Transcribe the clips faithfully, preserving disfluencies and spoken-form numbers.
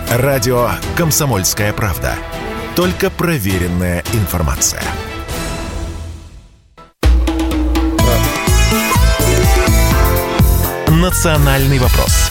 Радио «Комсомольская правда». Только проверенная информация. «Национальный вопрос».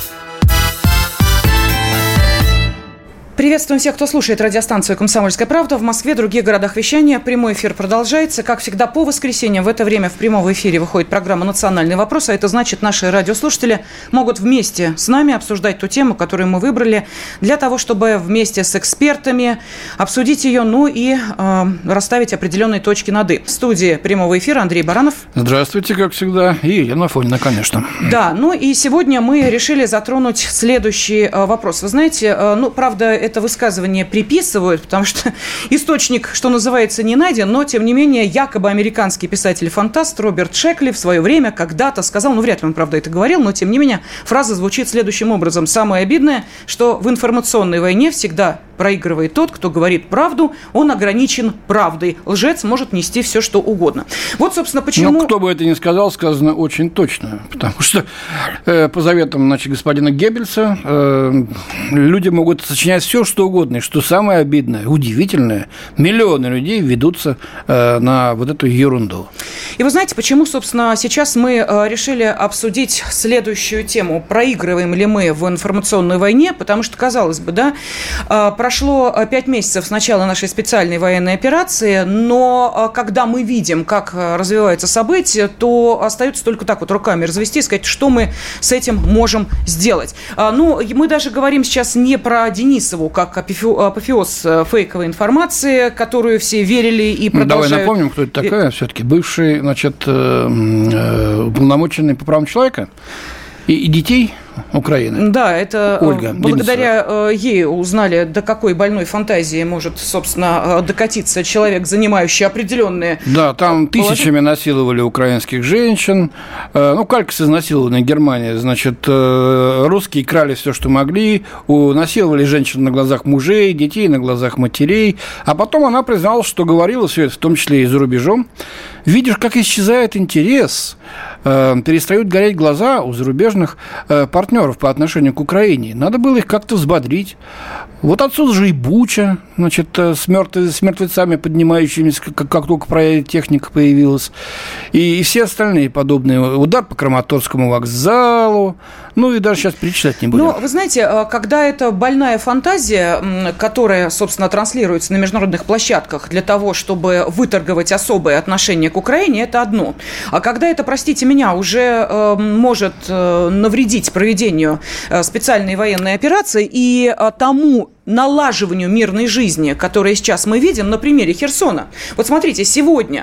Приветствуем всех, кто слушает радиостанцию «Комсомольская правда» в Москве, других городах вещания. Прямой эфир продолжается. Как всегда, по воскресеньям в это время в прямом эфире выходит программа «Национальный вопрос». А это значит, наши радиослушатели могут вместе с нами обсуждать ту тему, которую мы выбрали, для того, чтобы вместе с экспертами обсудить ее, ну и э, расставить определенные точки над «и». В студии прямого эфира Андрей Баранов. Здравствуйте, как всегда. И Елена Афонина, конечно. Да, ну и сегодня мы решили затронуть следующий э, вопрос. Вы знаете, э, ну, правда, это высказывание приписывают, потому что источник, что называется, не найден, но, тем не менее, якобы американский писатель-фантаст Роберт Шекли в свое время когда-то сказал, ну, вряд ли он, правда, это говорил, но, тем не менее, фраза звучит следующим образом. Самое обидное, что в информационной войне всегда проигрывает тот, кто говорит правду, он ограничен правдой. Лжец может нести все, что угодно. Вот, собственно, почему... Ну, кто бы это ни сказал, сказано очень точно, потому что э, по заветам, значит, господина Геббельса э, люди могут сочинять все, что угодно, и что самое обидное, удивительное, миллионы людей ведутся э, на вот эту ерунду. И вы знаете, почему, собственно, сейчас мы э, решили обсудить следующую тему. Проигрываем ли мы в информационной войне? Потому что, казалось бы, да, э, прошло пять месяцев с начала нашей специальной военной операции, но э, когда мы видим, как развиваются события, то остается только так вот руками развести и сказать, что мы с этим можем сделать. Э, ну, мы даже говорим сейчас не про Денисову, как апофеоз фейковой информации, которую все верили и продолжают. Давай напомним, кто это такая, все-таки бывший, значит, уполномоченный по правам человека и, и детей Украины. Да, это Ольга благодаря Денисова. ей узнали, до какой больной фантазии может, собственно, докатиться человек, занимающий определенные... Да, там тысячами насиловали украинских женщин. Ну, калькас изнасилованная Германия. Значит, русские крали все, что могли, насиловали женщин на глазах мужей, детей на глазах матерей. А потом она призналась, что говорила все это, в том числе и за рубежом. Видишь, как исчезает интерес, перестают гореть глаза у зарубежных партнеров по отношению к Украине. Надо было их как-то взбодрить. Вот отсюда же и Буча, значит, с, мертв... с мертвецами поднимающимися, как, как только проект техника появилась. И, и все остальные подобные. Удар по Краматорскому вокзалу. Ну, и даже сейчас перечислять не будем. Ну, вы знаете, когда это больная фантазия, которая, собственно, транслируется на международных площадках для того, чтобы выторговать особое отношение к Украине, это одно. А когда это, простите меня, уже э, может э, навредить проведению э, специальной военной операции и э, тому налаживанию мирной жизни, которое сейчас мы видим на примере Херсона. Вот смотрите, сегодня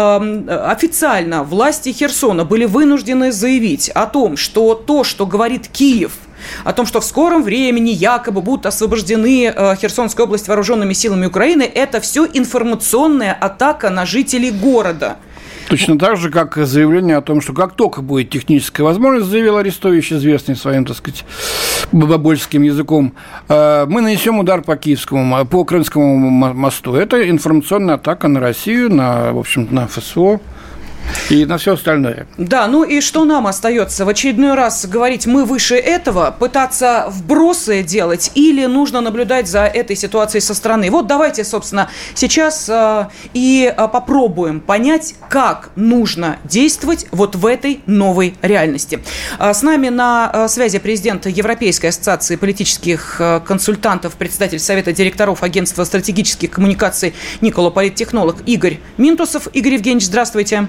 э, официально власти Херсона были вынуждены заявить о том, что то, что говорит Киев, о том, что в скором времени якобы будут освобождены э, Херсонская область вооруженными силами Украины, это все информационная атака на жителей города. Точно так же, как заявление о том, что как только будет техническая возможность, заявил Арестович, известный своим, так сказать, бабольским языком, мы нанесем удар по Киевскому, по Крымскому мосту. Это информационная атака на Россию, на, в общем, на ФСО. И на все остальное. Да, ну и что нам остается? В очередной раз говорить, мы выше этого, пытаться вбросы делать, или нужно наблюдать за этой ситуацией со стороны? Вот давайте, собственно, сейчас э, и э, попробуем понять, как нужно действовать вот в этой новой реальности. Э, с нами на э, связи президент Европейской ассоциации политических э, консультантов, председатель Совета директоров Агентства стратегических коммуникаций Никола, политтехнолог Игорь Минтусов. Игорь Евгеньевич, здравствуйте.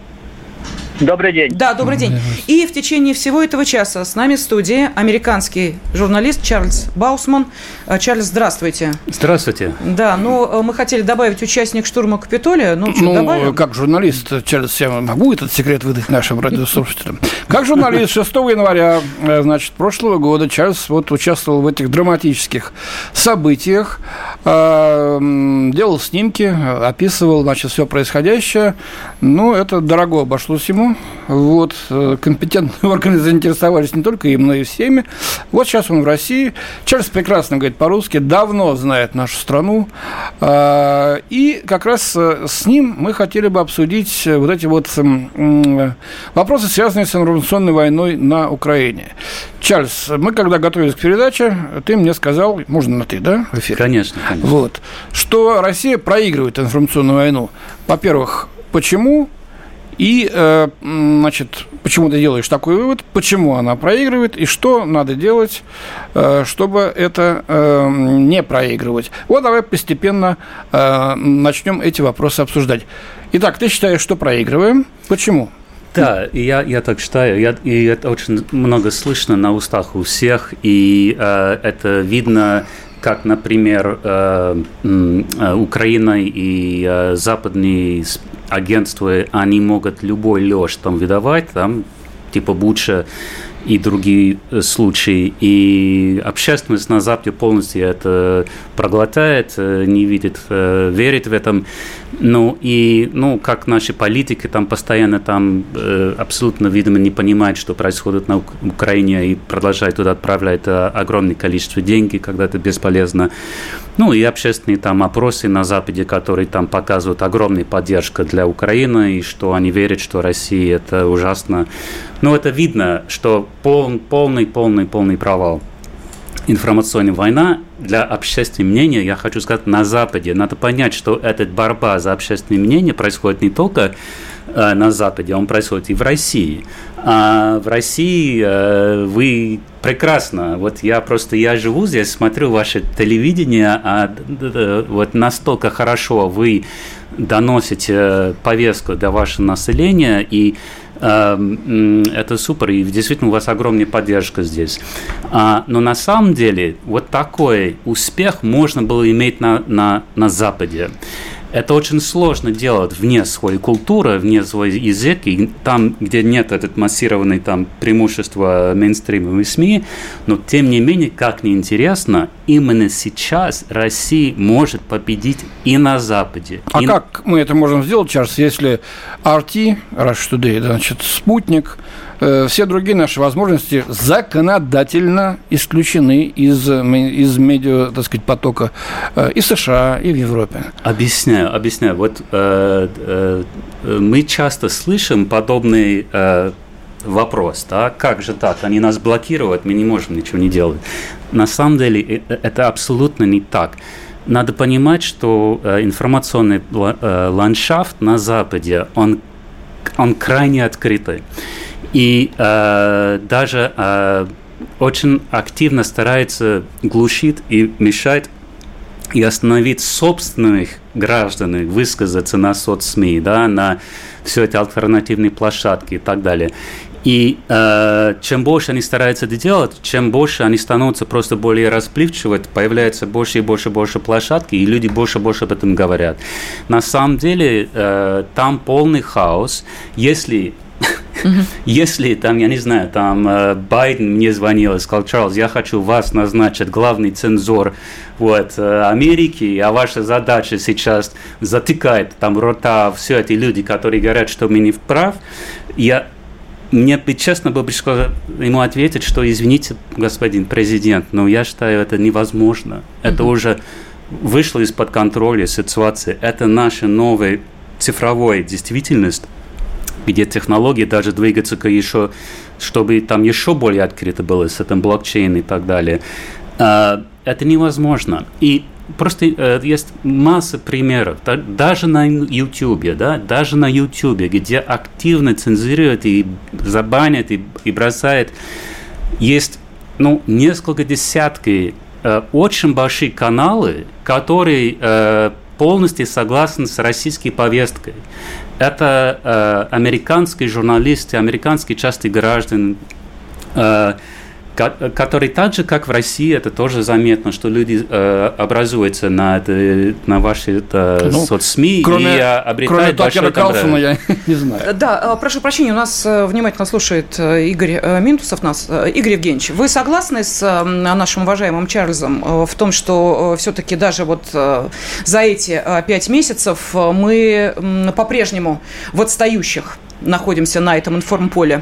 Добрый день. Да, добрый день. И в течение всего этого часа с нами в студии американский журналист Чарльз Баусман. Чарльз, здравствуйте. Здравствуйте. Да, ну, мы хотели добавить участник штурма Капитолия. Ну, что, ну добавим? Как журналист, Чарльз, я могу этот секрет выдать нашим радиослушателям. Как журналист шестого января, значит, прошлого года Чарльз вот участвовал в этих драматических событиях, делал снимки, описывал, значит, все происходящее. Ну, это дорого обошлось ему. тему. Вот, компетентные органы заинтересовались не только им, но и всеми. Вот сейчас он в России. Чарльз прекрасно говорит по-русски, давно знает нашу страну. И как раз с ним мы хотели бы обсудить вот эти вот вопросы, связанные с информационной войной на Украине. Чарльз, мы когда готовились к передаче, ты мне сказал, можно на «ты», да, в эфире? Конечно, конечно. Вот, что Россия проигрывает информационную войну. Во-первых, почему? И, э, значит, почему ты делаешь такой вывод, почему она проигрывает, и что надо делать, э, чтобы это э, не проигрывать. Вот давай постепенно э, начнем эти вопросы обсуждать. Итак, ты считаешь, что проигрываем? Почему? Да, я, я так считаю, я, и это очень много слышно на устах у всех, и э, это видно, как, например, э, э, Украина и э, западные агентства, они могут любой ложь там выдавать, там, типа Буча и другие случаи, и общественность на Западе полностью это проглотает, не видит, верит в этом. Ну, и, ну, как наши политики там постоянно там абсолютно, видимо, не понимают, что происходит на Украине, и продолжают туда отправлять огромное количество денег, когда это бесполезно. Ну, и общественные там опросы на Западе, которые там показывают огромную поддержку для Украины, и что они верят, что Россия – это ужасно. Но это видно, что пол, полный, полный, полный провал. Информационная война для общественного мнения, я хочу сказать, на Западе. Надо понять, что эта борьба за общественное мнение происходит не только э, на Западе, он происходит и в России. А в России э, вы прекрасно, вот я просто, я живу здесь, смотрю ваше телевидение, а вот настолько хорошо вы доносите повестку для вашего населения, и это супер, и действительно у вас огромная поддержка здесь. А, но на самом деле вот такой успех можно было иметь на, на, на Западе. Это очень сложно делать вне своей культуры, вне своего языка, и там, где нет этот массированный там преимущества мейнстримовых СМИ, но тем не менее, как ни интересно, именно сейчас Россия может победить и на Западе. А и... как мы это можем сделать, Чарльз, если ар ти, Russia Today, значит, Спутник, э, все другие наши возможности законодательно исключены из, из медиа, так сказать, потока э, и в США, и в Европе? Объясняю, объясняю. Вот э, э, мы часто слышим подобный э, вопрос, да, как же так, они нас блокируют, мы не можем ничего не делать. На самом деле это абсолютно не так. Надо понимать, что э, информационный э, ландшафт на Западе, он, он крайне открытый. И э, даже э, очень активно старается глушить и мешать и остановить собственных граждан высказаться на соцсми, да, на все эти альтернативные площадки и так далее. И э, чем больше они стараются это делать, чем больше они становятся просто более расплывчивы, появляется больше и больше и больше площадки, и люди больше и больше об этом говорят. На самом деле э, там полный хаос. Если Mm-hmm. Если там, я не знаю, там э, Байден мне звонил и сказал: Чарльз, я хочу вас назначить главный цензор вот, э, Америки, а ваша задача сейчас затыкать там рота все эти люди, которые говорят, что мы не вправ, я, мне бы честно было бы ему ответить, что извините, господин президент, но я считаю, это невозможно. Mm-hmm. Это уже вышло из-под контроля ситуации. Это наша новая цифровая действительность, где технологии даже двигаются еще, чтобы там еще более открыто было с этим блокчейном и так далее. Это невозможно. И просто есть масса примеров, даже на YouTube, да, даже на YouTube, где активно цензируют и забанят и, и бросают. Есть, ну, несколько десятков очень большие каналы, которые полностью согласны с российской повесткой. Это э, американские журналисты, американские частные граждане, э, ко- которые так же, как в России, это тоже заметно, что люди э, образуются на, это, на ваши это, ну, соцсми кроме, и обретают большое Карлсона, я не знаю. Да, прошу прощения, у нас внимательно слушает Игорь Минтусов нас. Игорь Евгеньевич, вы согласны с нашим уважаемым Чарльзом в том, что все-таки даже вот за эти пять месяцев мы по-прежнему в отстающих находимся на этом информполе?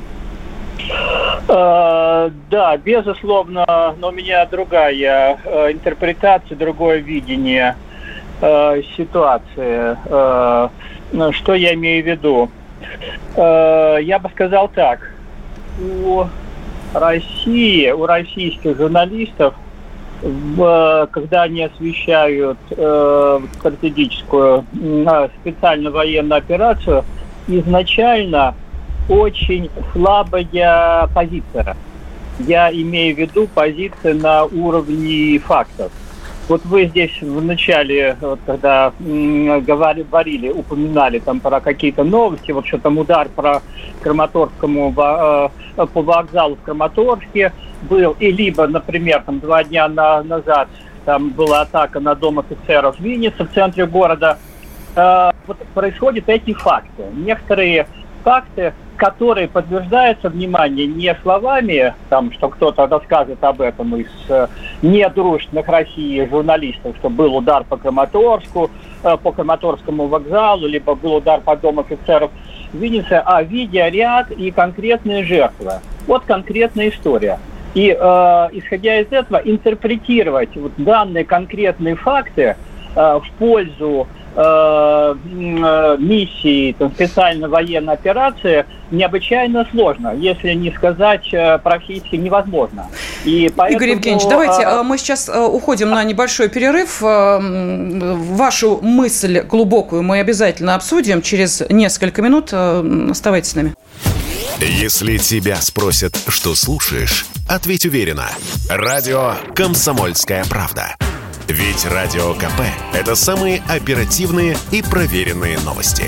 Э, да, безусловно, но у меня другая э, интерпретация, другое видение э, ситуации. Э, что я имею в виду? Э, я бы сказал так. У России, у российских журналистов, в, когда они освещают э, стратегическую э, специальную военную операцию, изначально очень слабая позиция. Я имею в виду позиция на уровне фактов. Вот вы здесь в начале, вот, когда м, говорили, упоминали там про какие-то новости, вот что там удар про Краматорскому, э, по вокзалу в Краматорске был, и либо, например, там два дня на, назад там была атака на дом офицеров в Виннице, в центре города. Э, вот происходят эти факты. Некоторые факты, которые подтверждаются, внимание, не словами, там, что кто-то рассказывает об этом из э, недружественных России журналистов, что был удар по Краматорску, э, по Краматорскому вокзалу, либо был удар по дому офицеров в Виннице, а видеоряд и конкретные жертвы. Вот конкретная история. И, э, исходя из этого, интерпретировать вот данные конкретные факты э, в пользу э, э, миссии, там, специальной военной операции необычайно сложно, если не сказать э, практически невозможно. И поэтому, Игорь Евгеньевич, давайте э, мы сейчас э, уходим на небольшой перерыв. Э, вашу мысль глубокую мы обязательно обсудим через несколько минут. Э, оставайтесь с нами. Если тебя спросят, что слушаешь, ответь уверенно. Радио «Комсомольская правда». Ведь Радио КП – это самые оперативные и проверенные новости.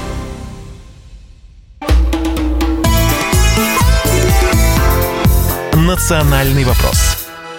«Национальный вопрос».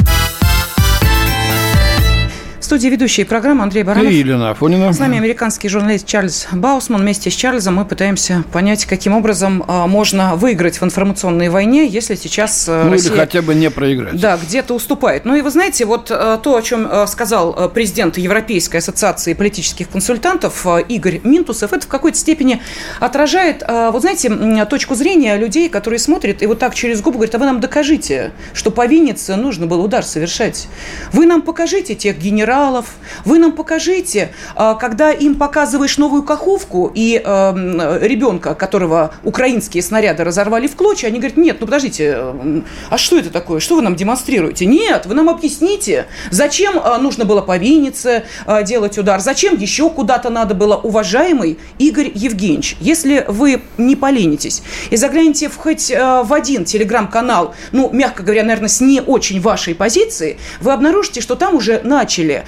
В студии ведущие программы Андрей Баранов. И Елена Афонина. С нами американский журналист Чарльз Баусман. Вместе с Чарльзом мы пытаемся понять, каким образом а, можно выиграть в информационной войне, если сейчас а, ну, Россия... или хотя бы не проиграть. Да, где-то уступает. Ну и вы знаете, вот а, то, о чем а, сказал а, президент Европейской ассоциации политических консультантов а, Игорь Минтусов, это в какой-то степени отражает, а, вот знаете, точку зрения людей, которые смотрят и вот так через губы говорят: а вы нам докажите, что по Виннице нужно было удар совершать. Вы нам покажите тех генералов, вы нам покажите, когда им показываешь новую каховку и ребенка, которого украинские снаряды разорвали в клочья, они говорят: нет, ну подождите, а что это такое, что вы нам демонстрируете? Нет, вы нам объясните, зачем нужно было по Виннице делать удар, зачем еще куда-то надо было. Уважаемый Игорь Евгеньевич, если вы не поленитесь и заглянете в хоть в один телеграм-канал, ну, мягко говоря, наверное, с не очень вашей позиции, вы обнаружите, что там уже начали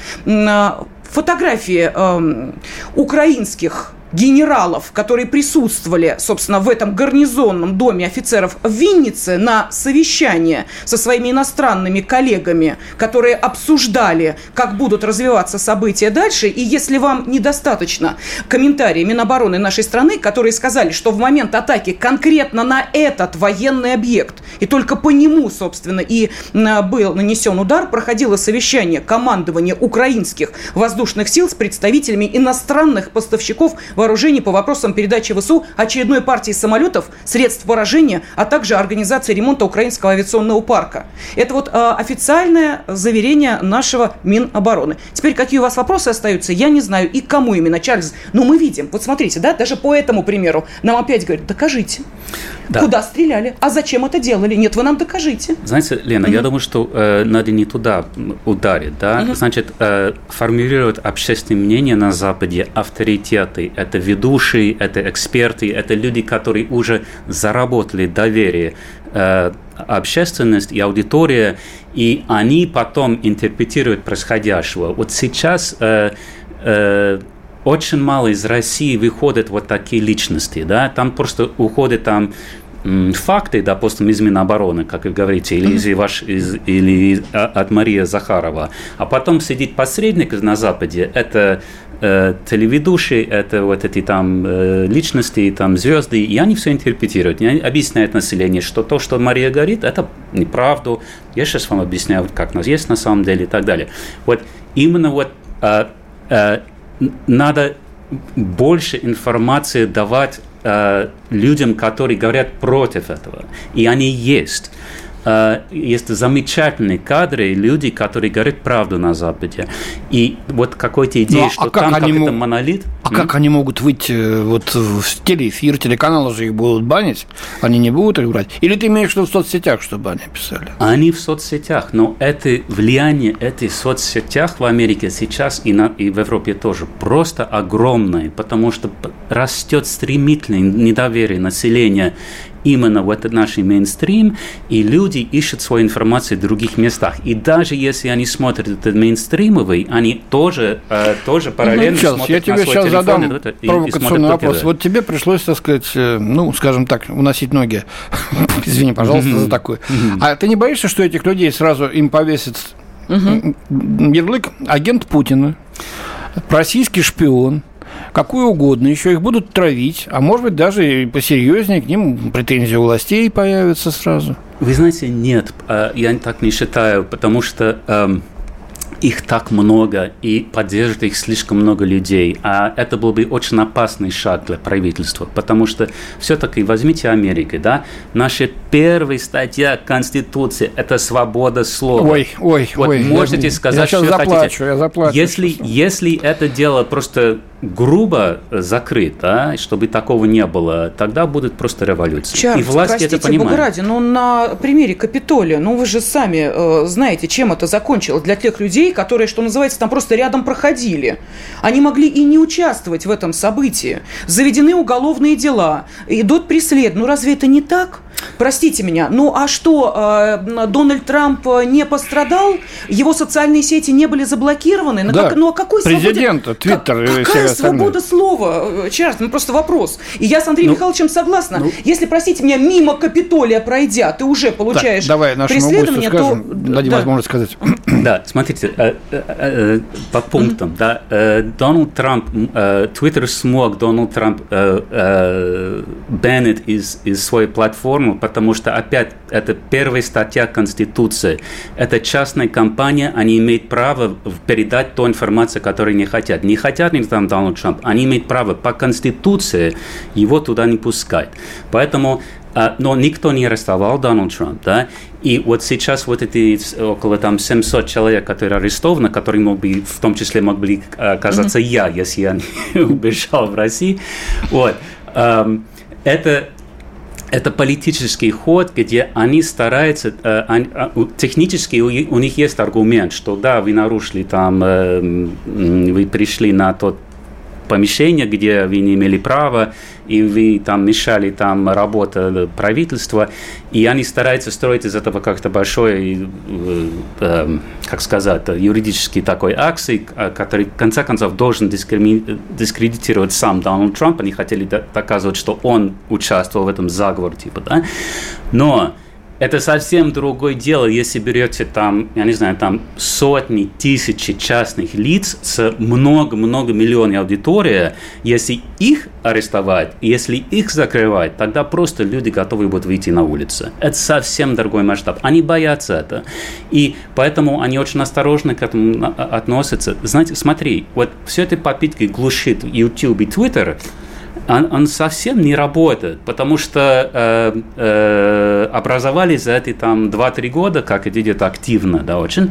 фотографии э, украинских генералов, которые присутствовали, собственно, в этом гарнизонном доме офицеров в Виннице на совещании со своими иностранными коллегами, которые обсуждали, как будут развиваться события дальше. И если вам недостаточно комментариев Минобороны нашей страны, которые сказали, что в момент атаки конкретно на этот военный объект, и только по нему, собственно, и был нанесен удар, проходило совещание командования украинских воздушных сил с представителями иностранных поставщиков вооружений по вопросам передачи ВСУ очередной партии самолетов, средств поражения, а также организации ремонта украинского авиационного парка. Это вот э, официальное заверение нашего Минобороны. Теперь какие у вас вопросы остаются, я не знаю. И к кому именно, Чарльз? Но мы видим, вот смотрите, да, даже по этому примеру нам опять говорят: докажите, да. Куда стреляли, а зачем это делали? Нет, вы нам докажите. Знаете, Лена, mm-hmm. я думаю, что э, надо не туда ударить, да, mm-hmm. значит, э, формулировать общественное мнение на Западе, авторитеты, это ведущие, это эксперты, это люди, которые уже заработали доверие э, общественность и аудитория, и они потом интерпретируют происходящего. Вот сейчас э, э, очень мало из России выходят вот такие личности, да, там просто уходят там факты, допустим, из Минобороны, как вы говорите, или, из, ваш, из, или из, от Марии Захарова, а потом сидит посредник на Западе, это э, телеведущие, это вот эти там э, личности, там звезды, и они все интерпретируют, они объясняют населению, что то, что Мария говорит, это неправда, я сейчас вам объясняю, как нас есть на самом деле и так далее. Вот именно вот э, э, надо больше информации давать э, людям, которые говорят против этого. И они есть. Есть замечательные кадры, люди, которые говорят правду на Западе. И вот какой-то идея, ну, что а там как мог... это монолит. А mm? как они могут выйти вот в телеэфир, телеканалы же их будут банить? Они не будут их брать? Или ты имеешь в виду в соцсетях, чтобы они писали? Они в соцсетях, но это влияние этих соцсетях в Америке сейчас и, на, и в Европе тоже просто огромное, потому что растет стремительное недоверие населения именно в этот наш мейнстрим, и люди ищут свою информацию в других местах. И даже если они смотрят этот мейнстримовый, они тоже, э, тоже параллельно ну, сейчас, смотрят я тебе на свой сейчас телефон. Задам это, и, провокационный и вопрос. это. Вот тебе пришлось, так сказать, ну, скажем так, уносить ноги. Извини, пожалуйста, mm-hmm. за такое. Mm-hmm. А ты не боишься, что этих людей сразу им повесят mm-hmm. ярлык агент Путина, российский шпион, какую угодно, еще их будут травить, а может быть даже и посерьезнее, к ним претензии у властей появятся сразу? Вы знаете, нет, я так не считаю, потому что эм, их так много, и поддерживает их слишком много людей, а это был бы очень опасный шаг для правительства, потому что все-таки возьмите Америку, да, наша первая статья Конституции – это свобода слова. Ой, ой, вот ой. можете я, сказать, я сейчас что заплачу, хотите. Я заплачу. Если, если это дело просто грубо закрыт, да, чтобы такого не было, тогда будет просто революция. Чарльз, и власти простите, это понимают. Бога ради, но на примере Капитолия, ну вы же сами э, знаете, чем это закончилось для тех людей, которые, что называется, там просто рядом проходили. Они могли и не участвовать в этом событии. Заведены уголовные дела, идут преследования. Ну разве это не так? Простите меня, ну а что, э, Дональд Трамп не пострадал? Его социальные сети не были заблокированы? Да, как, ну о какой президента, Твиттер. Как, какая свобода слова, Чарльз? Ну просто вопрос. И я с Андреем ну, Михайловичем согласна. Ну, если, простите меня, мимо Капитолия пройдя, ты уже получаешь так, давай преследование, скажем, то... Дадим да. возможность сказать. Да, смотрите, э, э, э, по пунктам. Mm-hmm. Да, э, Дональд Трамп, э, Твиттер смог Дональд Трамп э, э, бэнить из, из своей платформы, потому что, опять, это первая статья Конституции. Это частная компания, они имеют право передать ту информацию, которую не хотят. Не хотят они там Дональд Трамп, они имеют право по Конституции его туда не пускать. Поэтому, но никто не арестовал Дональд Трамп, да, и вот сейчас вот эти около там семьсот человек, которые арестованы, которые могли, в том числе могли оказаться mm-hmm. я, если я не убежал в Россию, вот, это Это политический ход, где они стараются, э, они, технически у, у них есть аргумент, что да, вы нарушили там, э, вы пришли на то помещение, где вы не имели права, и вы там мешали там работе правительства, и они стараются строить из этого как-то большой, э, э, как сказать, юридический такой акции, который в конце концов должен дискрими... дискредитировать сам Дональд Трамп. Они хотели доказывать, что он участвовал в этом заговоре, типа, да. Но это совсем другое дело, если берете там, я не знаю, там сотни, тысячи частных лиц с много-много миллионной аудиторией, если их арестовать, если их закрывать, тогда просто люди готовы будут выйти на улицу. Это совсем другой масштаб. Они боятся этого. И поэтому они очень осторожно к этому относятся. Знаете, смотри, вот все эти попытки глушить YouTube и Twitter, Он, он совсем не работает, потому что э, э, образовались за эти там два-три года, как это идет активно, да, очень,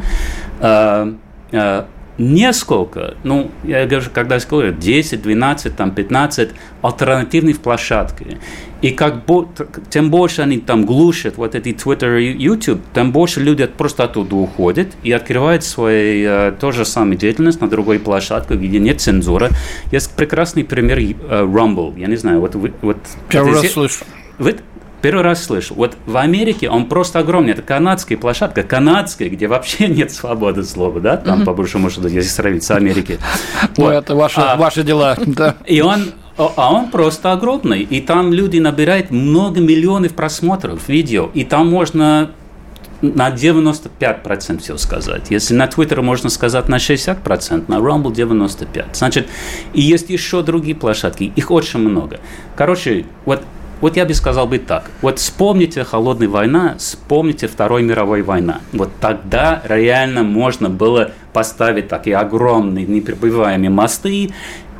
э, э, несколько, ну, я говорю, когда я сказал, десять, двенадцать, там, пятнадцать альтернативных площадок. И как бо, тем больше они там глушат вот эти Twitter и YouTube, тем больше люди просто оттуда уходят и открывают свою э, ту же самую деятельность на другой площадке, где нет цензуры. Есть прекрасный пример э, Rumble. Я не знаю, вот... вот Первый раз слышу. Вот, Первый раз слышу. Вот в Америке он просто огромный. Это канадская площадка, канадская, где вообще нет свободы слова, да? Там, mm-hmm. по большому счету, если сравнить с Америкой. Вот. Ну, это ваши, а, ваши дела, да. И он... А он просто огромный, и там люди набирают много миллионов просмотров видео, и там можно на девяносто пять процентов все сказать. Если на Twitter можно сказать на шестьдесят процентов, на Rumble девяносто пять процентов. Значит, и есть еще другие площадки, их очень много. Короче, вот, вот я бы сказал бы так. Вот вспомните «Холодная война», вспомните Вторая мировая война. Вот тогда реально можно было поставить такие огромные непробиваемые мосты, и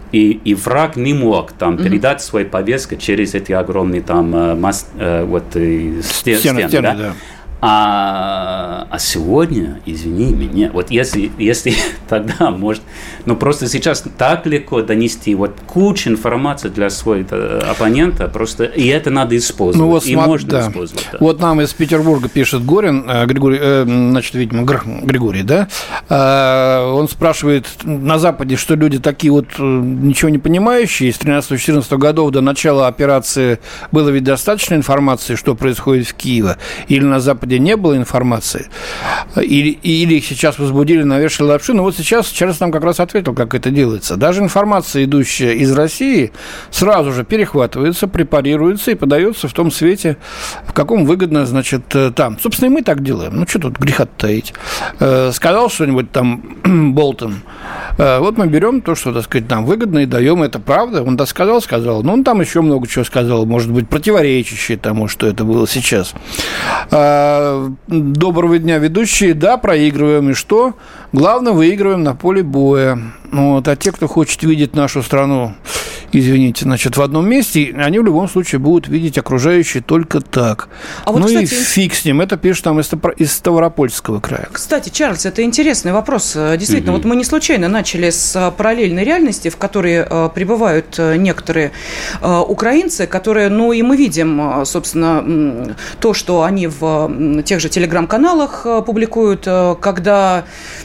И, и враг не мог там передать mm-hmm. свою повестку через эти огромные там мост, вот, стены, стены, стены, да? Да. А, а сегодня, извини меня, вот если, если тогда, может, ну просто сейчас так легко донести вот кучу информации для своего оппонента, просто, и это надо использовать, ну, вот, и смотри, можно да. использовать. Да. Вот нам из Петербурга пишет Горин, Григорий, э, значит, видимо, Григорий, да, э, он спрашивает, на Западе, что люди такие вот ничего не понимающие, с тринадцатого-четырнадцатого годов до начала операции было ведь достаточно информации, что происходит в Киеве, или на Западе не было информации, или, или их сейчас возбудили, навешали лапши. Но вот сейчас Чарльз нам как раз ответил, как это делается. Даже информация, идущая из России, сразу же перехватывается, препарируется и подается в том свете, в каком выгодно, значит, там. Собственно, и мы так делаем. Ну, что тут греха таить. Сказал что-нибудь там Болтон. Вот мы берем то, что, так сказать, нам выгодно, и даем. Это правда. Он так сказал, сказал. Но он там еще много чего сказал, может быть, противоречащее тому, что это было сейчас. Доброго дня, ведущие. Да, проигрываем. И что? Главное, выигрываем на поле боя. Вот. А те, кто хочет видеть нашу страну, извините, значит, в одном месте, они в любом случае будут видеть окружающие только так. А вот, ну кстати, и фиг с ним. Это пишет там из Ставропольского края. Кстати, Чарльз, это интересный вопрос. Действительно, угу. вот мы не случайно начали с параллельной реальности, в которой пребывают некоторые украинцы, которые, ну и мы видим, собственно, то, что они в тех же телеграм-каналах публикуют, когда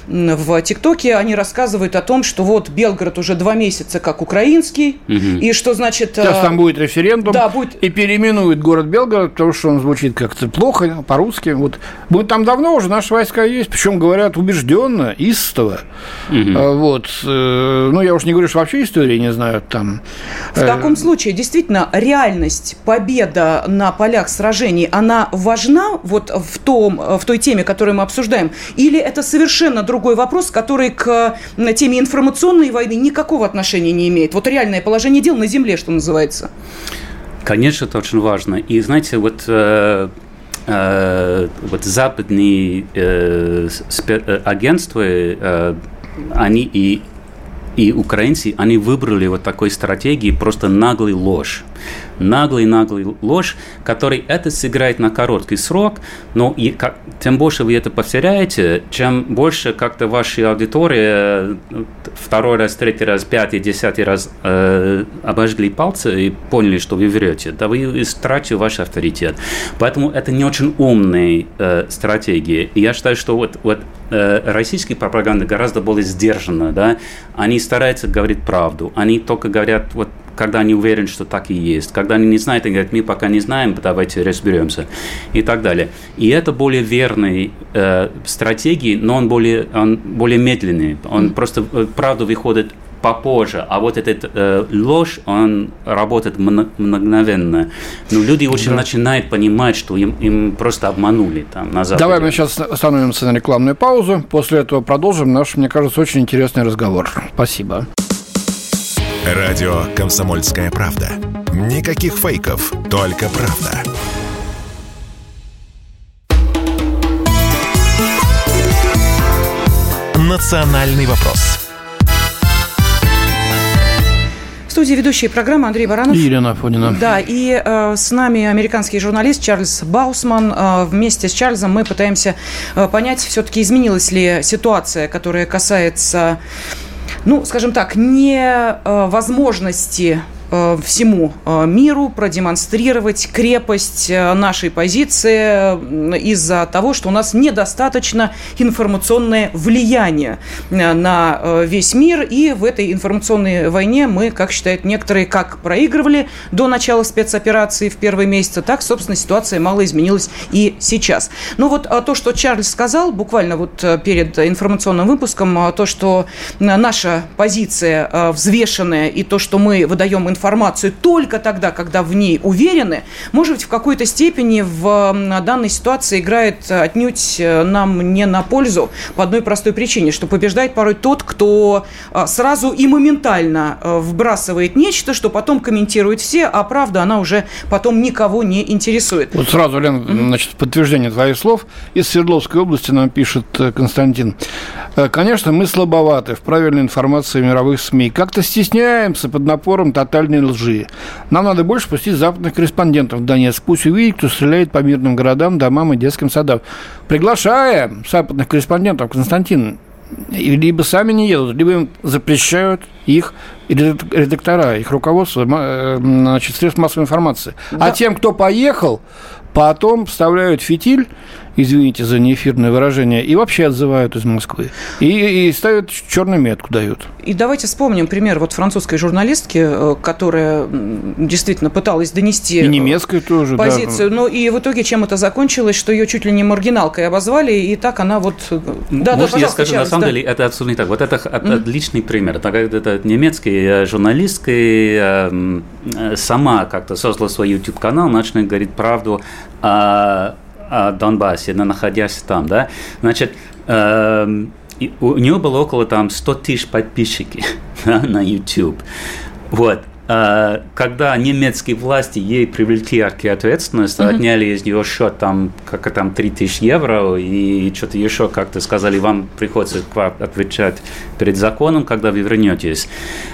в ТикТоке они рассказывают о том, что вот Белгород уже два месяца как украинский, угу. и что значит... Сейчас там будет референдум, да, будет... и переименуют город Белгород, потому что он звучит как-то плохо, по-русски. Вот. Будет там давно уже, наши войска есть, причем говорят убежденно, истово. Угу. Вот. Ну, я уж не говорю, что вообще истории не знают там. В таком случае, действительно, реальность, победа на полях сражений, она важна вот в, том, в той теме, которую мы обсуждаем, или это совершенно другой вопрос, который к теме информационной войны никакого отношения не имеет? Вот реальное положение дел на земле, что называется. Конечно, это очень важно. И, знаете, вот, э, э, вот западные э, спе- агентства, э, они и, и украинцы, они выбрали вот такой стратегии, просто наглый ложь. Наглый-наглый ложь, который это сыграет на короткий срок, но и как, тем больше вы это повторяете, чем больше как-то ваша аудитория второй раз, третий раз, пятый, десятый раз э, обожгли пальцы и поняли, что вы врете, да вы истратите ваш авторитет. Поэтому это не очень умная э, стратегия. И я считаю, что вот, вот э, российская пропаганда гораздо более сдержанна, да, они стараются говорить правду, они только говорят вот когда они уверены, что так и есть. Когда они не знают, они говорят, мы пока не знаем, давайте разберемся. И так далее. И это более верная э, стратегия, но он более, он более медленный. Он mm. просто, правда, выходит попозже. А вот этот э, ложь, он работает мгновенно. Но люди очень да. начинают понимать, что им, им просто обманули там на Западе. Давай мы сейчас остановимся на рекламную паузу. После этого продолжим наш, мне кажется, очень интересный разговор. Спасибо. Радио «Комсомольская правда». Никаких фейков, только правда. «Национальный вопрос». В студии ведущие программы Андрей Баранов. И Елена Афонина. Да, и э, с нами американский журналист Чарльз Баусман. Э, вместе с Чарльзом мы пытаемся э, понять, все-таки изменилась ли ситуация, которая касается... Ну, скажем так, невозможности всему миру продемонстрировать крепость нашей позиции из-за того, что у нас недостаточно информационное влияние на весь мир. И в этой информационной войне мы, как считают некоторые, как проигрывали до начала спецоперации в первые месяцы, так, собственно, ситуация мало изменилась и сейчас. Ну вот то, что Чарльз сказал, буквально вот перед информационным выпуском, то, что наша позиция взвешенная и то, что мы выдаем информацию, информацию только тогда, когда в ней уверены, может быть, в какой-то степени в данной ситуации играет отнюдь нам не на пользу по одной простой причине, что побеждает порой тот, кто сразу и моментально вбрасывает нечто, что потом комментируют все, а правда, она уже потом никого не интересует. Вот сразу, Лен, mm-hmm. значит, подтверждение твоих слов. Из Свердловской области нам пишет Константин. Конечно, мы слабоваты в правильной информации мировых СМИ. Как-то стесняемся под напором тотальной лжи. Нам надо больше пустить западных корреспондентов в Донецк. Пусть увидят, кто стреляет по мирным городам, домам и детским садам. Приглашаем западных корреспондентов, Константин. Либо сами не едут, либо им запрещают их редактора, их руководство, значит, средств массовой информации. Да. А тем, кто поехал, потом вставляют фитиль, извините за неэфирное выражение, и вообще отзывают из Москвы. И, и ставят черную метку, дают. И давайте вспомним пример вот французской журналистки, которая действительно пыталась донести и немецкой тоже, позицию. Да. Ну и в итоге чем это закончилось, что ее чуть ли не маргиналкой обозвали, и так она вот... Да, Может, да, я скажу, Чарльз, на самом да. деле, это абсолютно не так. Вот это mm-hmm. отличный пример. Так как это немецкий журналистка сама как-то создала свой YouTube-канал, начала говорить правду о, о Донбассе, находясь там, да. Значит, э, у нее было около там сто тысяч подписчиков да, на YouTube. Вот. Когда немецкие власти ей привлекли к ответственности, mm-hmm. отняли из нее счет там, как там три тысячи евро и что-то еще как-то сказали, вам приходится отвечать перед законом, когда вы вернетесь.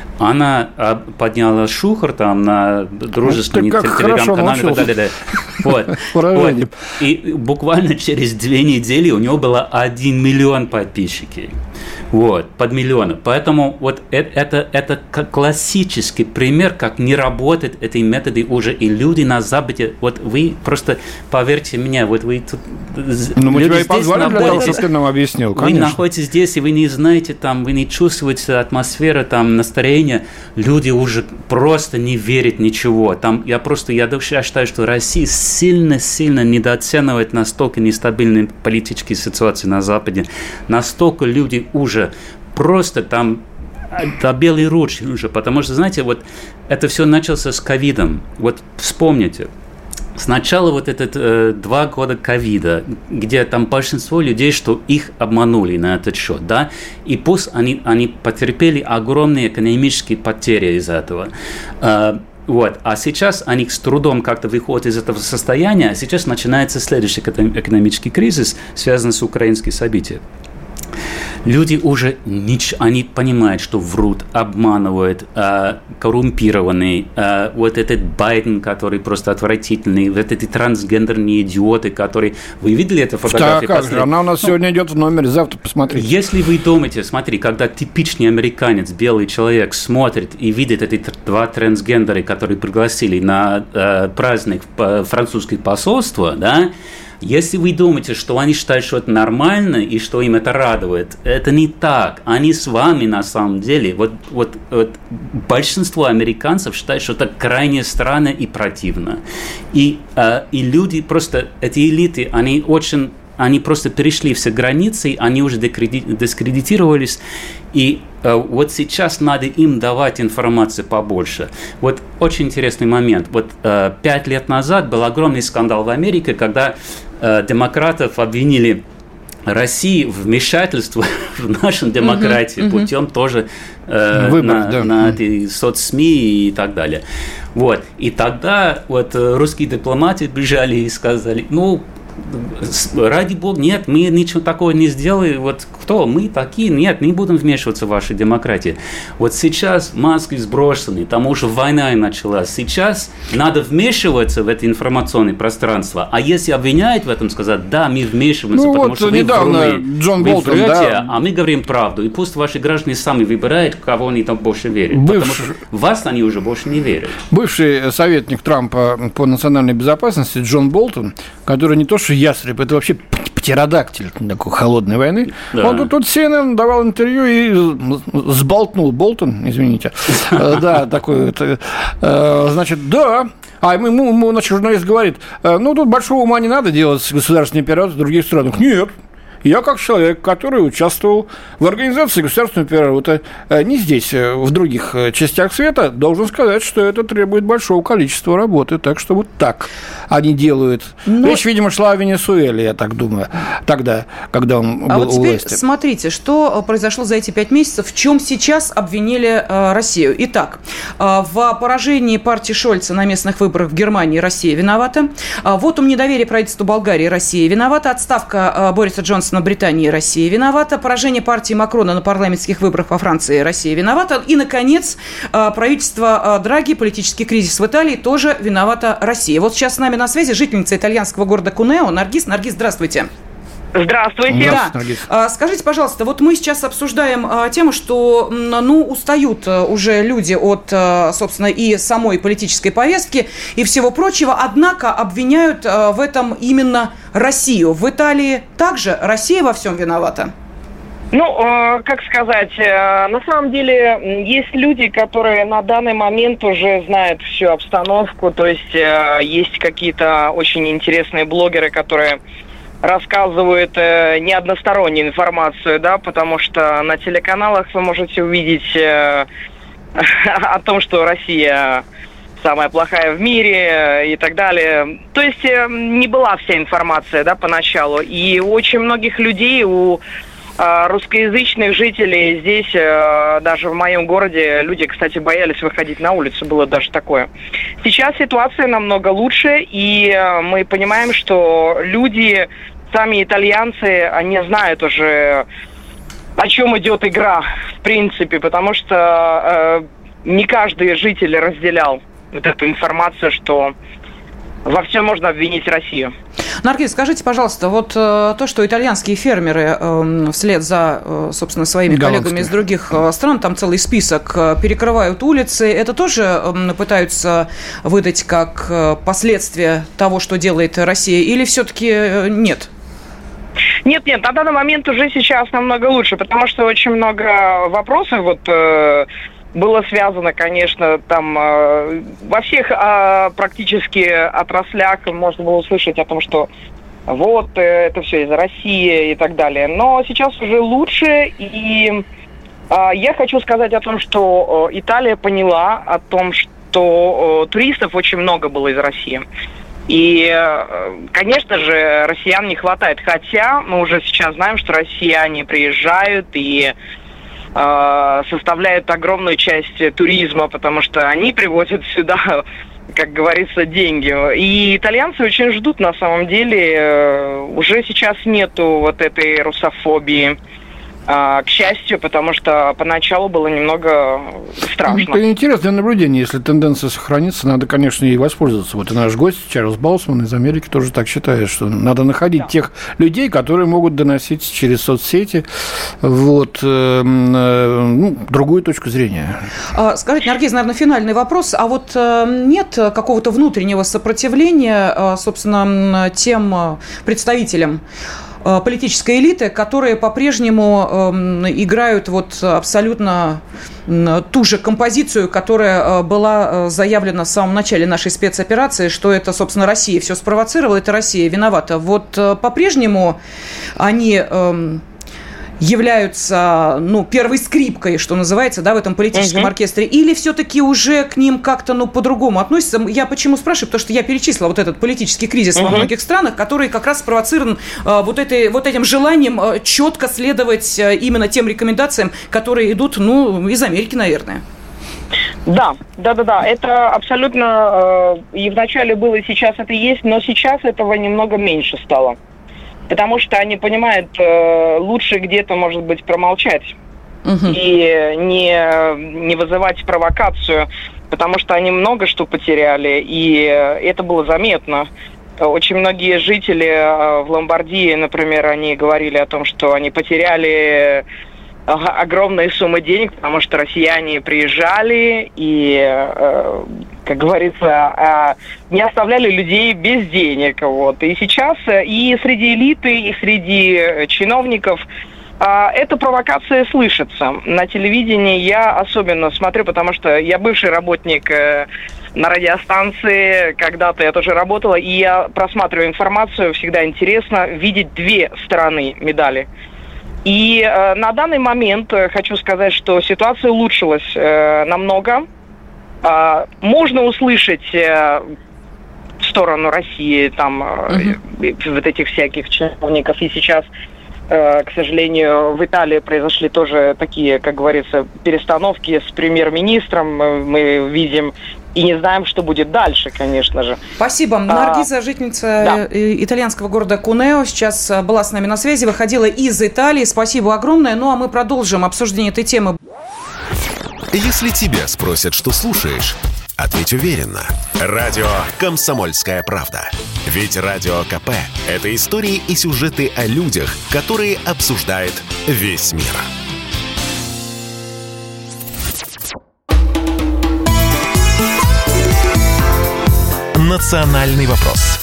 Она подняла шухер там на дружественный ну, телеграм-канал и так далее. Вот. Вот. И буквально через две недели у него было один миллион подписчиков. Вот, под миллионом. Поэтому вот это, это, это классический пример, как не работают эти методы уже. И люди на Западе, вот вы просто поверьте мне, вот вы тут... Ну, мы тебя и позвали для того, чтобы ты нам объяснил, конечно. Вы находитесь здесь, и вы не знаете, там, вы не чувствуете атмосферу, там, настроение. Люди уже просто не верят ничего. Там, я просто, я, я считаю, что Россия сильно-сильно недооценивает настолько нестабильные политические ситуации на Западе. Настолько люди уже просто там до белой ручки уже, потому что, знаете, вот это все началось с ковидом. Вот вспомните, сначала вот этот э, два года ковида, где там большинство людей, что их обманули на этот счет, да, и пусть они, они потерпели огромные экономические потери из этого. Э, Вот. А сейчас они с трудом как-то выходят из этого состояния, а сейчас начинается следующий экономический кризис, связанный с украинскими событиями. Люди уже нич- они понимают, что врут, обманывают, э, коррумпированные. Э, вот этот Байден, который просто отвратительный, вот эти трансгендерные идиоты, которые... Вы видели эту фотографию? Да, как же, она у нас ну, сегодня идет в номере, завтра посмотрите. Если вы думаете, смотри, когда типичный американец, белый человек, смотрит и видит эти два трансгендера, которые пригласили на э, праздник французского посольства, да, если вы думаете, что они считают, что это нормально и что им это радует, это не так. Они с вами на самом деле. Вот, вот, вот большинство американцев считают, что это крайне странно и противно. И, э, и люди просто, эти элиты, они очень... Они просто перешли все границы, они уже дискредитировались, и э, вот сейчас надо им давать информацию побольше. Вот очень интересный момент. Вот э, пять лет назад был огромный скандал в Америке, когда э, демократов обвинили Россию в вмешательство в нашу демократию uh-huh, uh-huh. путем тоже э, Выбор, на, да. на эти соцсми и так далее. Вот. И тогда вот русские дипломаты бежали и сказали, ну, ради бога, нет, мы ничего такого не сделали. Вот кто? Мы такие? Нет, не будем вмешиваться в вашу демократию. Вот сейчас маски сброшены, там уже война началась. Сейчас надо вмешиваться в это информационное пространство. А если обвиняют в этом, сказать, да, мы вмешиваемся, ну, потому вот что вы вруны, Джон вы Болтон, врете, да. а мы говорим правду. И пусть ваши граждане сами выбирают, кого они там больше верят. Бывший... Потому что в вас они уже больше не верят. Бывший советник Трампа по национальной безопасности Джон Болтон, который не то что ястреб, это вообще птеродактиль такой холодной войны. Да. Он тут, тут си эн эн давал интервью и сболтнул Болтон, извините. Да, такой, значит, да. А ему, ему, значит, журналист говорит, ну, тут большого ума не надо делать с государственной операцией в других странах. Нет. Я, как человек, который участвовал в организации государственного переворота не здесь, в других частях света, должен сказать, что это требует большого количества работы. Так что вот так они делают. Но... Речь, видимо, шла о Венесуэле, я так думаю, тогда, когда он а был вот у теперь власти. Смотрите, что произошло за эти пять месяцев, в чем сейчас обвинили э, Россию. Итак, э, в поражении партии Шольца на местных выборах в Германии Россия виновата. Э, вотум недоверия правительству Болгарии Россия виновата. Отставка э, Бориса Джонсона собственно, Британии Россия виновата. Поражение партии Макрона на парламентских выборах во Франции Россия виновата. И, наконец, правительство Драги, политический кризис в Италии, тоже виновата Россия. Вот сейчас с нами на связи жительница итальянского города Кунео Наргиз. Наргиз, здравствуйте. Здравствуйте. Да. Скажите, пожалуйста, вот мы сейчас обсуждаем тему, что, ну, устают уже люди от, собственно, и самой политической повестки и всего прочего, однако обвиняют в этом именно Россию. В Италии также Россия во всем виновата? Ну, как сказать, на самом деле есть люди, которые на данный момент уже знают всю обстановку, то есть есть какие-то очень интересные блогеры, которые рассказывают э, не одностороннюю информацию, да, потому что на телеканалах вы можете увидеть э, о том, что Россия самая плохая в мире и так далее. То есть э, не была вся информация, да, поначалу. И у очень многих людей, у э, русскоязычных жителей здесь, э, даже в моем городе, люди, кстати, боялись выходить на улицу, было даже такое. Сейчас ситуация намного лучше, и э, мы понимаем, что люди, сами итальянцы, они знают уже, о чем идет игра, в принципе, потому что э, не каждый житель разделял вот эту информацию, что во всем можно обвинить Россию. Наргиз, скажите, пожалуйста, вот э, то, что итальянские фермеры э, вслед за, э, собственно, своими Голландские. коллегами из других э, стран, там целый список, э, перекрывают улицы, это тоже э, пытаются выдать как э, последствия того, что делает Россия, или все-таки э, нет? Нет, нет, на данный момент уже сейчас намного лучше, потому что очень много вопросов вот э, было связано, конечно, там э, во всех э, практически отраслях можно было услышать о том, что вот э, это все из-за России и так далее. Но сейчас уже лучше, и э, я хочу сказать о том, что э, Италия поняла о том, что э, туристов очень много было из России. И, конечно же, россиян не хватает. Хотя мы уже сейчас знаем, что россияне приезжают и э, составляют огромную часть туризма, потому что они привозят сюда, как говорится, деньги. И итальянцы очень ждут, на самом деле. Уже сейчас нету вот этой русофобии. К счастью, потому что поначалу было немного страшно. Это интересное наблюдение. Если тенденция сохранится, надо, конечно, ей воспользоваться. Вот и наш гость Чарльз Баусман из Америки тоже так считает, что надо находить да. тех людей, которые могут доносить через соцсети вот, э, ну, другую точку зрения. Скажите, Наргиз, наверное, финальный вопрос. А вот нет какого-то внутреннего сопротивления, собственно, тем представителям политической элиты, которые по-прежнему э, играют вот абсолютно э, ту же композицию, которая э, была заявлена в самом начале нашей спецоперации, что это, собственно, Россия все спровоцировала, это Россия виновата. Вот э, по-прежнему они... Э, являются, ну, первой скрипкой, что называется, да, в этом политическом uh-huh. оркестре, или все-таки уже к ним как-то, ну, по-другому относятся? Я почему спрашиваю? Потому что я перечислила вот этот политический кризис uh-huh. во многих странах, который как раз спровоцирован а, вот, этой, вот этим желанием а, четко следовать а, именно тем рекомендациям, которые идут, ну, из Америки, наверное. Да, да, да, да, это абсолютно э, и вначале было, и сейчас это есть, но сейчас этого немного меньше стало. Потому что они понимают, э, лучше где-то, может быть, промолчать uh-huh. и не, не вызывать провокацию, потому что они много что потеряли, и это было заметно. Очень многие жители э, в Ломбардии, например, они говорили о том, что они потеряли огромные суммы денег, потому что россияне приезжали и, э, как говорится, э, не оставляли людей без денег. Вот. И сейчас и среди элиты, и среди чиновников э, эта провокация слышится. На телевидении я особенно смотрю, потому что я бывший работник э, на радиостанции, когда-то я тоже работала, и я просматриваю информацию, всегда интересно видеть две стороны медали. И э, на данный момент э, хочу сказать, что ситуация улучшилась э, намного. Э, можно услышать э, в сторону России там э, uh-huh. вот этих всяких чиновников. И сейчас, э, к сожалению, в Италии произошли тоже такие, как говорится, перестановки с премьер-министром. Мы видим и не знаем, что будет дальше, конечно же. Спасибо. Наргиза, жительница да. итальянского города Кунео, сейчас была с нами на связи, выходила из Италии. Спасибо огромное. Ну, а мы продолжим обсуждение этой темы. Если тебя спросят, что слушаешь, ответь уверенно. Радио «Комсомольская правда». Ведь Радио КП – это истории и сюжеты о людях, которые обсуждает весь мир. «Национальный вопрос».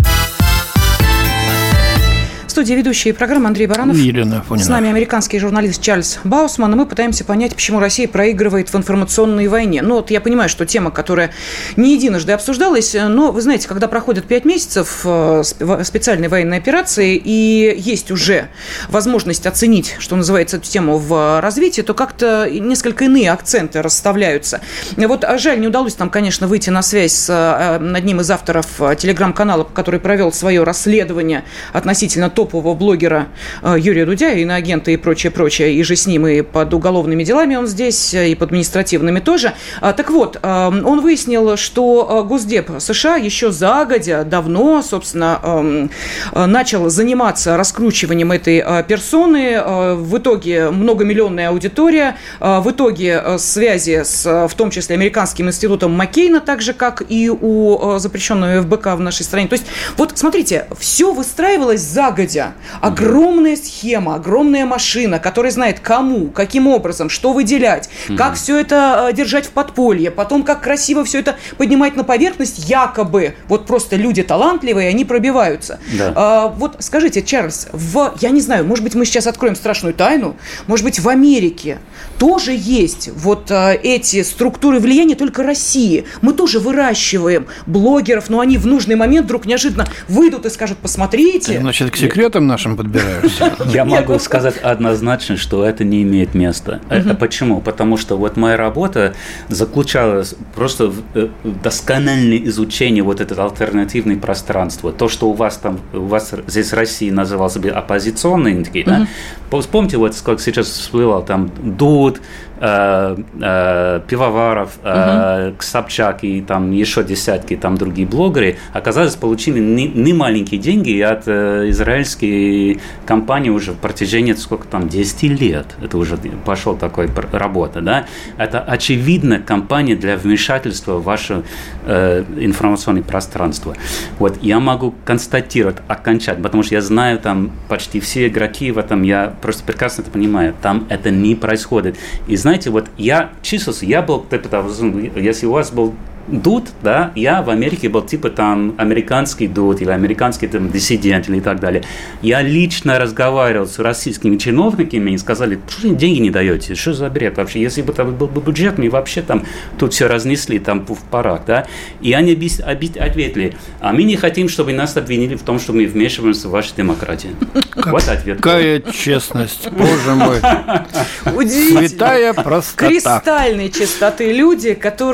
В студии ведущие программы Андрей Баранов. Елена Фонина. С нами американский журналист Чарльз Баусман. И мы пытаемся понять, почему Россия проигрывает в информационной войне. Ну, вот я понимаю, что тема, которая не единожды обсуждалась, но, вы знаете, когда проходят пять месяцев специальной военной операции и есть уже возможность оценить, что называется, эту тему в развитии, то как-то несколько иные акценты расставляются. Вот жаль, не удалось нам, конечно, выйти на связь с одним из авторов телеграм-канала, который провел свое расследование относительно топового блогера Юрия Дудя, иноагента и прочее, прочее, и же с ним и под уголовными делами он здесь, и под административными тоже. Так вот, он выяснил, что Госдеп США еще загодя, давно, собственно, начал заниматься раскручиванием этой персоны. В итоге многомиллионная аудитория, в итоге связи с, в том числе, американским институтом Маккейна, так же, как и у запрещенного эф бэ ка в нашей стране. То есть, вот, смотрите, все выстраивалось загодя. Огромная схема, огромная машина, которая знает, кому, каким образом, что выделять, mm-hmm. как все это держать в подполье, потом как красиво все это поднимать на поверхность, якобы вот просто люди талантливые, они пробиваются. Да. А, вот скажите, Чарльз, в, я не знаю, может быть, мы сейчас откроем страшную тайну, может быть, в Америке тоже есть вот а, эти структуры влияния, только России. Мы тоже выращиваем блогеров, но они в нужный момент вдруг неожиданно выйдут и скажут, посмотрите. Значит, к секретам нашим подбираешься. Я могу сказать однозначно, что это не имеет места. Угу. Почему? Потому что вот моя работа заключалась просто в доскональное изучение вот этого альтернативного пространства. То, что у вас там, у вас здесь в России назывался бы оппозиционный, угу. да? Помните, вот как сейчас всплывал там Дуд, э, э, Пивоваров, э, угу. Собчак и там еще десятки там другие блогеры, оказалось, получили немаленькие деньги от э, израильской компании уже в протяжении, сколько там, десять лет. Это уже пошел такой работа, да. Это очевидно компания для вмешательства в ваше э, информационное пространство. Вот я могу констатировать окончательно, потому что я знаю там почти все игроки в этом, я просто прекрасно это понимаю, там это не происходит. И знаете, вот я числился, я был, если у вас был Дуд, да, я в Америке был типа там американский Дуд или американский там диссидент или так далее. Я лично разговаривал с российскими чиновниками и сказали, что вы деньги не даете, что за бред вообще, если бы там был бы бюджет, мы вообще там тут все разнесли там в парах, да. И они ответили, а мы не хотим, чтобы нас обвинили в том, что мы вмешиваемся в вашу демократию. Вот ответ. Какая честность, боже мой. Удивительно. Святая простота. Кристальной чистоты люди,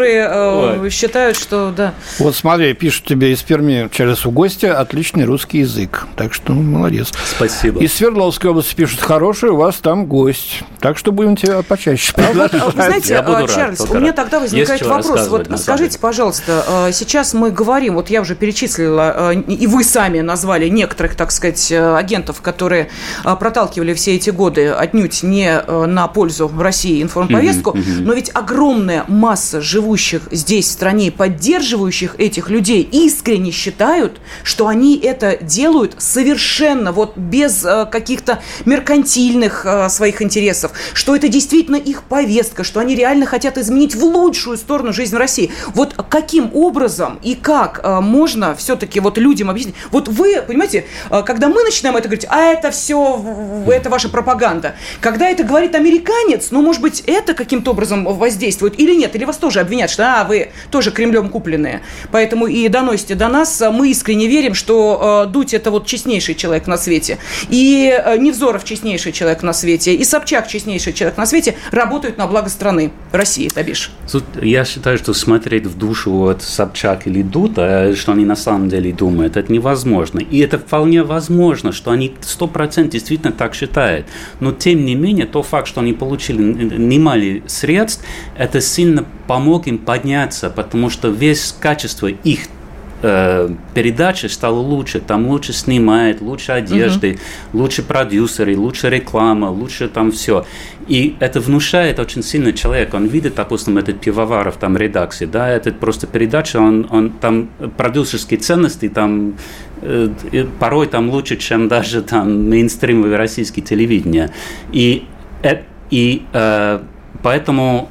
которые считают, что да. Вот смотри, пишут тебе из Перми, через у гостя отличный русский язык. Так что ну, молодец. Спасибо. Из Свердловской области пишут, хороший у вас там гость. Так что будем тебя почаще приглашать. Вы знаете, Чарльз, у меня тогда возникает вопрос. Вот скажите, пожалуйста, сейчас мы говорим, вот я уже перечислила, и вы сами назвали некоторых, так сказать, агентов, которые проталкивали все эти годы отнюдь не на пользу России информповестку, но ведь огромная масса живущих здесь, в стране, поддерживающих этих людей, искренне считают, что они это делают совершенно вот без э, каких-то меркантильных э, своих интересов, что это действительно их повестка, что они реально хотят изменить в лучшую сторону жизнь России. Вот каким образом и как э, можно все-таки вот людям объяснить? Вот вы, понимаете, э, когда мы начинаем это говорить, а это все, это ваша пропаганда. Когда это говорит американец, ну, может быть, это каким-то образом воздействует или нет? Или вас тоже обвинят, что, а, вы тоже Кремлем купленные. Поэтому и доносите до нас. Мы искренне верим, что э, Дудь – это вот честнейший человек на свете. И э, Невзоров – честнейший человек на свете. И Собчак – честнейший человек на свете. Работают на благо страны. России, табиш. Я считаю, что смотреть в душу вот Собчак или Дута, что они на самом деле думают, это невозможно. И это вполне возможно, что они сто процентов действительно так считают. Но, тем не менее, тот факт, что они получили немало средств, это сильно помог им подняться, потому что весь качество их передачи стало лучше, там лучше снимает, лучше одежды, uh-huh. лучше продюсеры, лучше реклама, лучше там все. И это внушает очень сильно человека. Он видит, допустим, этот Пивоваров там редакции, да, это просто передача, он, он там продюсерские ценности там э, порой там лучше, чем даже там мейнстримовое российское телевидение. И, э, и э, поэтому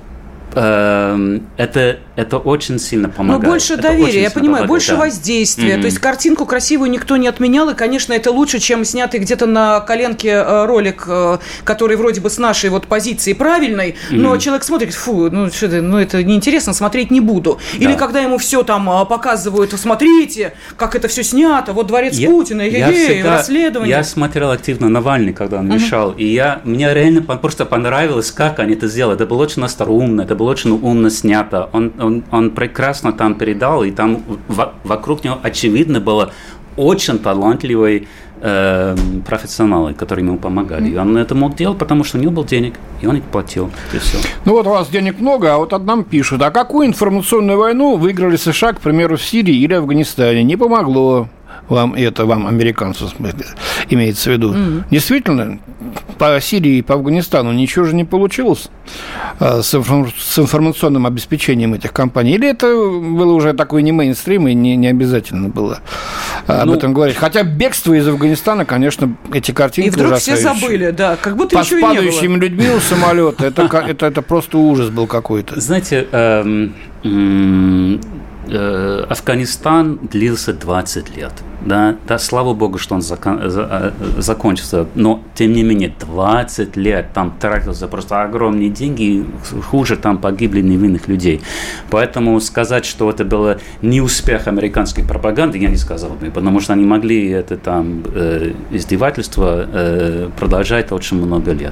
э, это это очень сильно помогает. Но больше это доверия, я понимаю, помогает, больше да. воздействия. Mm-hmm. То есть картинку красивую никто не отменял, и, конечно, это лучше, чем снятый где-то на коленке ролик, который вроде бы с нашей вот позиции правильной, mm-hmm. но человек смотрит, фу, ну, что-то, ну это неинтересно, смотреть не буду. Да. Или когда ему все там показывают, смотрите, как это все снято, вот дворец я, Путина, е-е-е, расследование. Я смотрел активно Навальный, когда он мешал, mm-hmm. и я, мне реально просто понравилось, как они это сделали. Это было очень остроумно, это было очень умно снято. Он, он Он, он прекрасно там передал, и там в, вокруг него, очевидно, было очень талантливые э, профессионалы, которые ему помогали. Mm-hmm. И он это мог делать, потому что у него был денег, и он их платил. И все. Ну вот у вас денег много, а вот одному пишут, а какую информационную войну выиграли США, к примеру, в Сирии или Афганистане? Не помогло вам это, вам, американцам, в смысле, имеется в виду. Mm-hmm. Действительно, по Сирии и по Афганистану ничего же не получилось с, информ- с информационным обеспечением этих компаний? Или это было уже такой не мейнстрим, и не, не обязательно было об ну, этом говорить? Хотя бегство из Афганистана, конечно, эти картинки ужасающие. И вдруг все забыли, да, как будто ничего и не было. С падающими людьми у самолета, это, это, это просто ужас был какой-то. Знаете, эм, эм, э, Афганистан длился двадцать лет. Да, да, слава богу, что он закон, за, закончился, но, тем не менее, двадцать лет там тратился просто огромные деньги, хуже там погибли невинных людей. Поэтому сказать, что это был не успех американской пропаганды, я не сказал бы, потому что они могли это там э, издевательство э, продолжать очень много лет.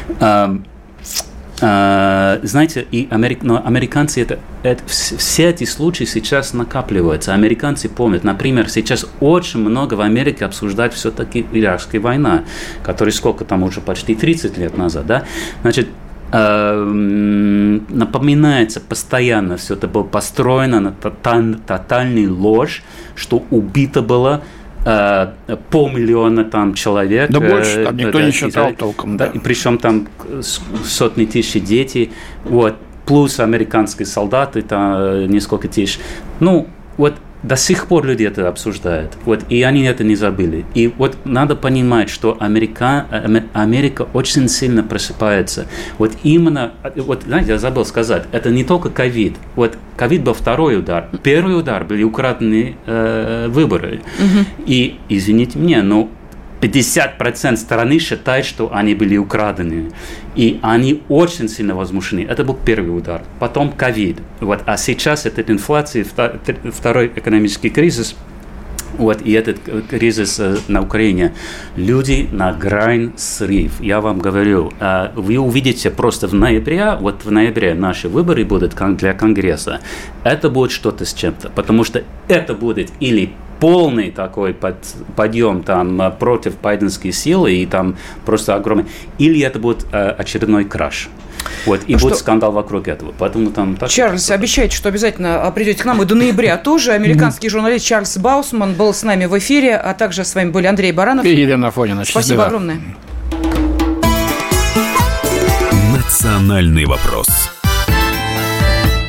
Uh, знаете, и америк... но американцы, это, это, все эти случаи сейчас накапливаются. Американцы помнят, например, сейчас очень много в Америке обсуждают все-таки Иракская война, которая сколько там уже почти тридцать лет назад, да? Значит, uh, напоминается постоянно, все это было построено на тоталь... тотальной ложь, что убито было Uh, полмиллиона там человек. Да больше, там никто да, не считал толком. Да. Да, и причем там сотни тысяч детей, вот, плюс американские солдаты, там несколько тысяч. Ну, вот до сих пор люди это обсуждают, вот, и они это не забыли. И вот надо понимать, что Америка, Америка очень сильно просыпается. Вот именно, вот, знаете, я забыл сказать, это не только ковид. Вот ковид был второй удар. Первый удар были украденные э, выборы. Угу. И, извините меня, но пятьдесят процентов страны считают, что они были украдены. И они очень сильно возмущены. Это был первый удар. Потом ковид. Вот. А сейчас это инфляция, второй экономический кризис. Вот, и этот кризис на Украине. Люди на грани срыв. Я вам говорю, вы увидите просто в ноябре, вот в ноябре наши выборы будут для Конгресса. Это будет что-то с чем-то. Потому что это будет или полный такой под, подъем там против байденской силы и там просто огромный, или это будет э, очередной краш. Вот, и ну будет что? Скандал вокруг этого. Поэтому там так Чарльз, так, обещайте, что обязательно придете к нам и до ноября тоже. Американский журналист Чарльз Баусман был с нами в эфире, а также с вами были Андрей Баранов и Елена Афонина. Спасибо огромное. Национальный вопрос.